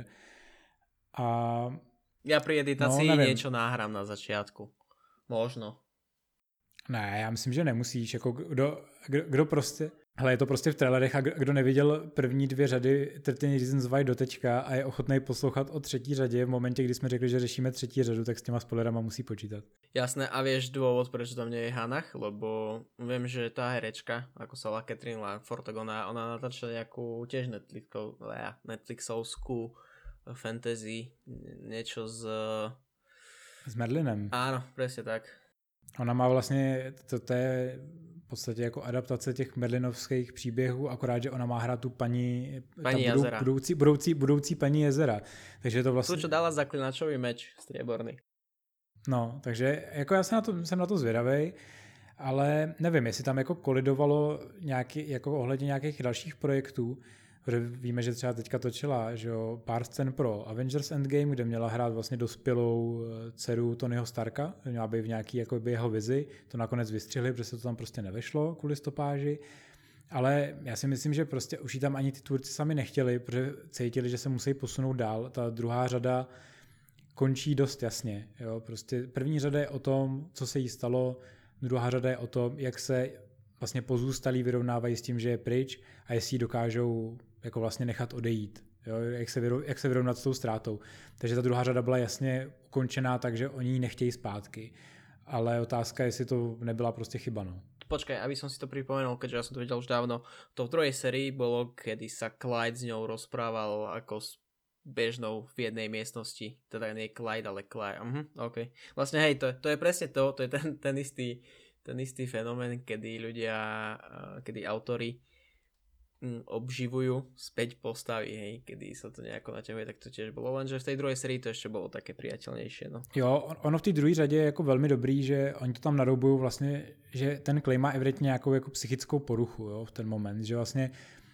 A já při editaci no, něco náhrám na začátku. Možno. Ne, já myslím, že nemusíš. Jako kdo, kdo, kdo prostě... Hele, je to prostě v trailerech a kdo neviděl první dvě řady třináct Reasons Why doteďka a je ochotný poslouchat o třetí řadě v momentě, kdy jsme řekli, že řešíme třetí řadu, tak s těma spoilerama musí počítat. Jasné, a vieš dôvod, prečo tam nie je Hannah? Lebo viem, že tá herečka, ako sa volá Catherine Langford, tak ona, ona natáča nejakú tiež Netflixov, Netflixovskú fantasy, niečo s... S Merlinem. Áno, presne tak. Ona má vlastně, to, to je v podstatě jako adaptace těch merlinovských příběhů, akorát, že ona má hrát tu paní, paní budou, budoucí, budoucí, budoucí paní jezera. Takže to vlastně... Tu, čo dala zaklinačový meč strieborný. No, takže jako já jsem na to, jsem na to zvědavej, ale nevím, jestli tam jako kolidovalo nějaký, jako ohledně nějakých dalších projektů, protože víme, že třeba teďka točila, že jo, pár scén pro Avengers Endgame, kde měla hrát vlastně dospělou dceru Tonyho Starka, měla být v nějaký jako by jeho vizi, to nakonec vystřihli, protože se to tam prostě nevešlo kvůli stopáži, ale já si myslím, že prostě už jí tam ani ty tvůrci sami nechtěli, protože cítili, že se musí posunout dál, ta druhá řada končí dost jasně, jo, prostě první řada je o tom, co se jí stalo, druhá řada je o tom, jak se vlastně pozůstalí vyrovnávají s tím, že je pryč a jestli ji dokážou jako vlastně nechat odejít, jo? Jak, se vyrov, jak se vyrovnat s tou ztrátou. Takže ta druhá řada byla jasně ukončená, takže oni ji nechtějí zpátky. Ale otázka je, jestli to nebyla prostě chyba. No. Počkaj, aby som si to pripomenul, keďže ja som to videl už dávno. To v druhej sérii bolo, kedy sa Clyde s ňou rozprával ako bežnou v jednej miestnosti, teda nie Clyde, ale Clyde. Uh-huh, okay. Vlastne hej, to, to je presne to, to je ten, ten istý ten istý fenomén, kedy ľudia, kedy autori obživujú späť postavy, hej, kedy sa to nejako naťahuje, tak to tiež bolo, lenže v tej druhej sérii to ešte bolo také priateľnejšie, no. Jo, ono v té druhé řadě je jako velmi dobrý, že oni to tam naroubují vlastně, že ten Clay má evidentně nějakou jako psychickou poruchu, jo, v ten moment, že vlastně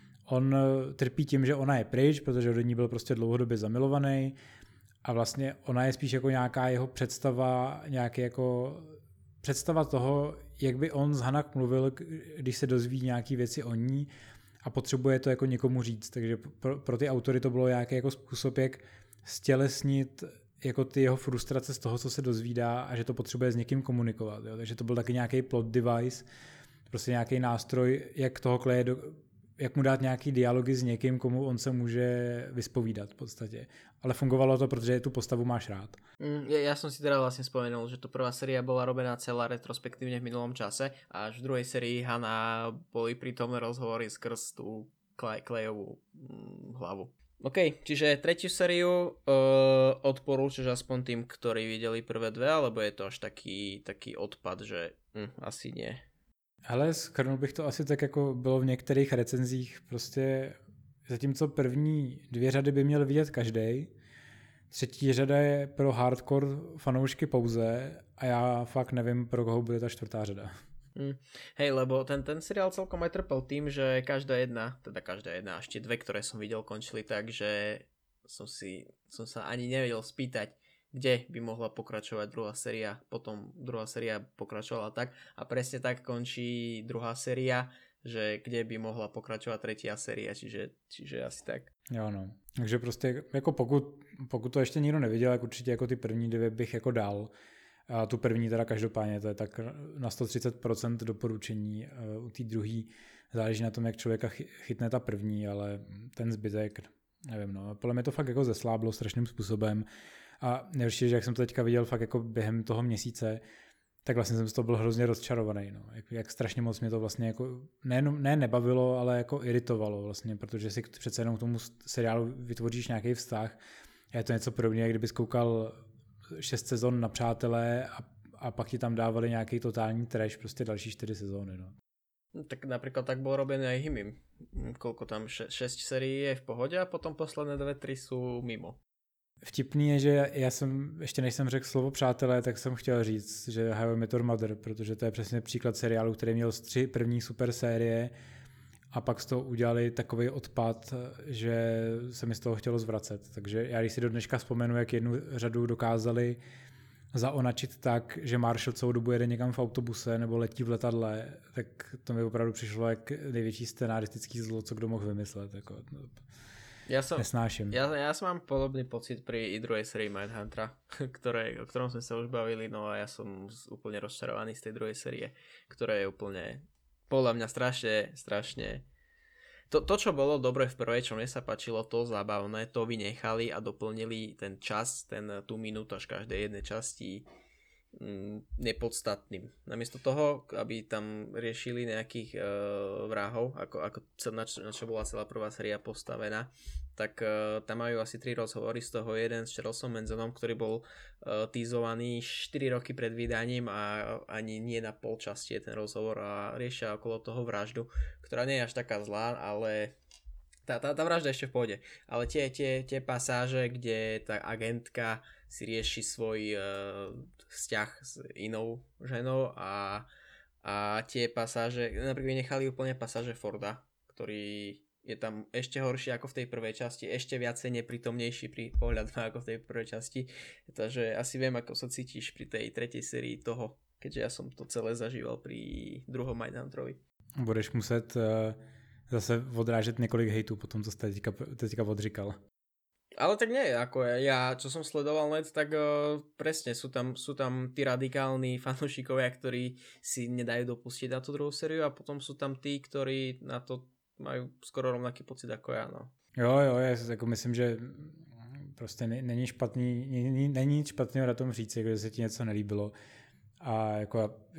on trpí tím, že ona je pryč, protože od ní byl prostě dlouhodobě zamilovaný a vlastně ona je spíš jako nějaká jeho představa, nějaký jako představa toho, jak by on s Hanak mluvil, když se dozví nějaký věci o ní a potřebuje to jako někomu říct. Takže pro, pro ty autory to bylo nějaký jako způsob, jak stělesnit jako ty jeho frustrace z toho, co se dozvídá a že to potřebuje s někým komunikovat. Jo? Takže to byl taky nějaký plot device, prostě nějaký nástroj, jak toho Claye, jak mu dát nějaký dialogy s někým, komu on se může vyspovídat v podstatě. Ale fungovalo to, protože tu postavu máš rád. Mm, ja, ja som si teda vlastne spomenul, že to prvá séria bola robená celá retrospektívne v minulom čase a až v druhej sérii Hana boli prítomné rozhovory skrz tú Clayovú mm, hlavu. OK, čiže tretiu sériu uh, odporúčaš aspoň tým, ktorí videli prvé dve, alebo je to až taký, taký odpad, že hm, asi nie? Hele, shrnul bych to asi tak, jako bylo v některých recenzích, prostě zatímco první dvě řady by měl vidět každej, třetí řada je pro hardcore fanoušky pouze a já fakt nevím, pro koho bude ta čtvrtá řada. Mm. Hej, lebo ten, ten seriál celkom aj trpel tým, že každá jedna, teda každá jedna, až tie dve, ktoré som videl, končili tak, že som si, som sa ani nevedel spýtať, kde by mohla pokračovať druhá séria, potom druhá séria pokračovala tak a presne tak končí druhá séria, že kde by mohla pokračovať tretia séria, čiže, čiže asi tak. Jo no, takže prostě jako pokud, pokud to ještě nikdo neviděl, tak určitě jako ty první dvě bych jako dal. A tu první teda každopádně, to je tak na sto třicet procent doporučení. U té druhé záleží na tom, jak člověka chytne ta první, ale ten zbytek, nevím no, podle mě to fakt jako zesláblo strašným způsobem. A nejhorší, že jak jsem to teďka viděl fakt jako během toho měsíce, tak vlastně jsem z toho byl hrozně rozčarovaný. No. Jak, jak strašně moc mě to vlastně jako ne, ne nebavilo, ale jako iritovalo vlastně, protože si přece jenom k tomu seriálu vytvoříš nějaký vztah. A je to něco podobně, jak kdybys koukal šest sezon na Přátelé a, a pak ti tam dávali nějaký totální trash, prostě další čtyři sezóny. No. Tak napríklad tak bol robený aj Himim. Koľko tam, šesť sérií je v pohode a potom posledné dve, tri sú mimo. Vtipný je, že já jsem, ještě než jsem řekl slovo Přátelé, tak jsem chtěl říct, že How I Met Your Mother, protože to je přesně příklad seriálu, který měl tři první super série a pak z toho udělali takový odpad, že se mi z toho chtělo zvracet. Takže já když si do dneška vzpomenu, jak jednu řadu dokázali zaonačit tak, že Marshall celou dobu jede někam v autobuse nebo letí v letadle, tak to mi opravdu přišlo jak největší scenaristický zlo, co kdo mohl vymyslet. Jako, ja som, nesnášim. Ja, ja som mám podobný pocit pri i druhej sérii Mindhuntera, ktoré, o ktorom sme sa už bavili, no a ja som úplne rozčarovaný z tej druhej série, ktorá je úplne, podľa mňa strašne, strašne To, to, čo bolo dobre v prvej, čo mne sa páčilo, to zábavné, to vynechali a doplnili ten čas, ten, tú minútu až každej jednej časti mm, nepodstatným. Namiesto toho, aby tam riešili nejakých uh, vrahov, ako, ako na, čo, na čo bola celá prvá séria postavená, tak uh, tam majú asi tri rozhovory, z toho jeden s Charlesom Mansonom, ktorý bol uh, teasovaný štyri roky pred vydaním a ani nie na pol časti je ten rozhovor a riešia okolo toho vraždu, ktorá nie je až taká zlá, ale tá, tá, tá vražda ešte v pohode. Ale tie, tie, tie pasáže, kde tá agentka si rieši svoj uh, vzťah s inou ženou a, a tie pasáže, napríklad nechali úplne pasáže Forda, ktorý je tam ešte horší ako v tej prvej časti, ešte viacej neprítomnejší pri pohľadme ako v tej prvej časti. Takže asi viem, ako sa cítiš pri tej tretej sérii toho, keďže ja som to celé zažíval pri druhom Mindhunterovi. Budeš muset uh, zase odrážet několik hejtů po tom, co jste teďka, teďka odříkal. Ale tak nie, ako ja, čo som sledoval net, tak uh, presne sú tam, sú tam tí radikálni fanúšikovia, ktorí si nedajú dopustiť na tú druhú sériu a potom sú tam tí, ktorí na to mají skoro rovnaký pocit jako já, no. Jo, jo, já jako myslím, že prostě není špatný, není, není nic špatného na tom říct, jako, že se ti něco nelíbilo. A jako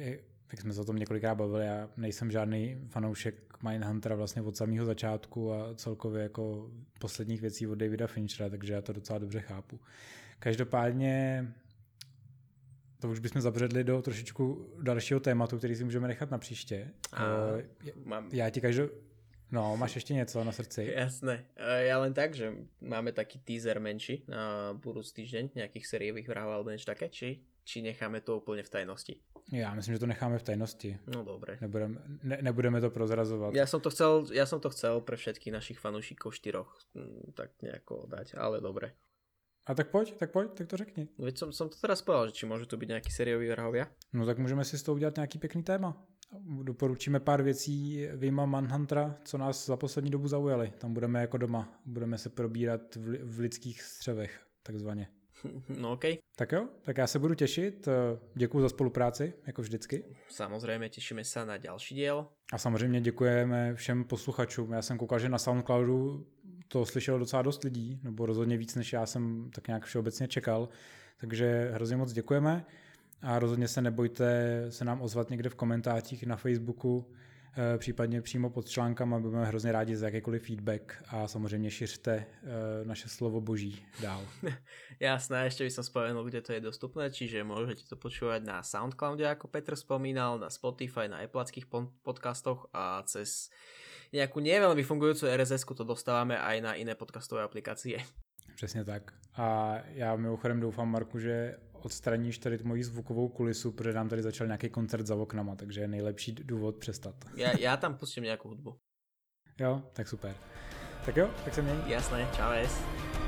jak jsme se o tom několikrát bavili, já nejsem žádný fanoušek Mindhuntera vlastně od samého začátku a celkově jako posledních věcí od Davida Finchera, takže já to docela dobře chápu. Každopádně to už bychom zabředli do trošičku dalšího tématu, který si můžeme nechat na příště. A, mám... Já ti každou... No, máš ještě něco na srdci? Jasné. Ja len tak, že máme taký teaser menší na budúci týždeň, nejakých sériových vrahov alebo niečo také, či, či necháme to úplne v tajnosti? Já myslím, že to necháme v tajnosti. No dobre. Nebudeme, ne, nebudeme to prozrazovat. Ja som to chcel, ja som to chcel pre všetkých našich fanúšikov štyroch tak nejako dať, ale dobre. A tak pojď, tak pojď, tak to řekni. Veď som, som to teraz povedal, že či môžu tu byť nejaký sériový vrahovia? No tak můžeme si z toho udělat nějaký pěkný téma. Doporučíme pár věcí vyjma Mindhuntera, co nás za poslední dobu zaujaly. Tam budeme jako doma. Budeme se probírat v, v lidských střevech, takzvaně. No okej. Okay. Tak jo, tak já se budu těšit. Děkuju za spolupráci, jako vždycky. Samozřejmě těšíme se na další díl. A samozřejmě děkujeme všem posluchačům. Já jsem koukal, že na Soundcloudu to slyšelo docela dost lidí, nebo rozhodně víc, než já jsem tak nějak všeobecně čekal. Takže hrozně moc děkujeme. A rozhodně se nebojte se nám ozvat někde v komentářích na Facebooku, případně přímo pod článkama, budeme hrozně rádi za jakýkoliv feedback a samozřejmě šiřte naše slovo boží dál. Jasné, ešte by som spomenul, kde to je dostupné, čiže môžete to počúvať na Soundcloude, ako Petr spomínal, na Spotify, na Appleckých podcastoch a cez nejakú neveľmi fungujúcu er es esku to dostávame aj na iné podcastové aplikácie. Přesně tak. A já mimochodem doufám, Marku, že odstraníš tady moji zvukovou kulisu, protože nám tady začal nějaký koncert za oknama, takže je nejlepší důvod přestat. Já, já tam pustím nějakou hudbu. Jo, tak super. Tak jo, tak se měj. Jasné, čau.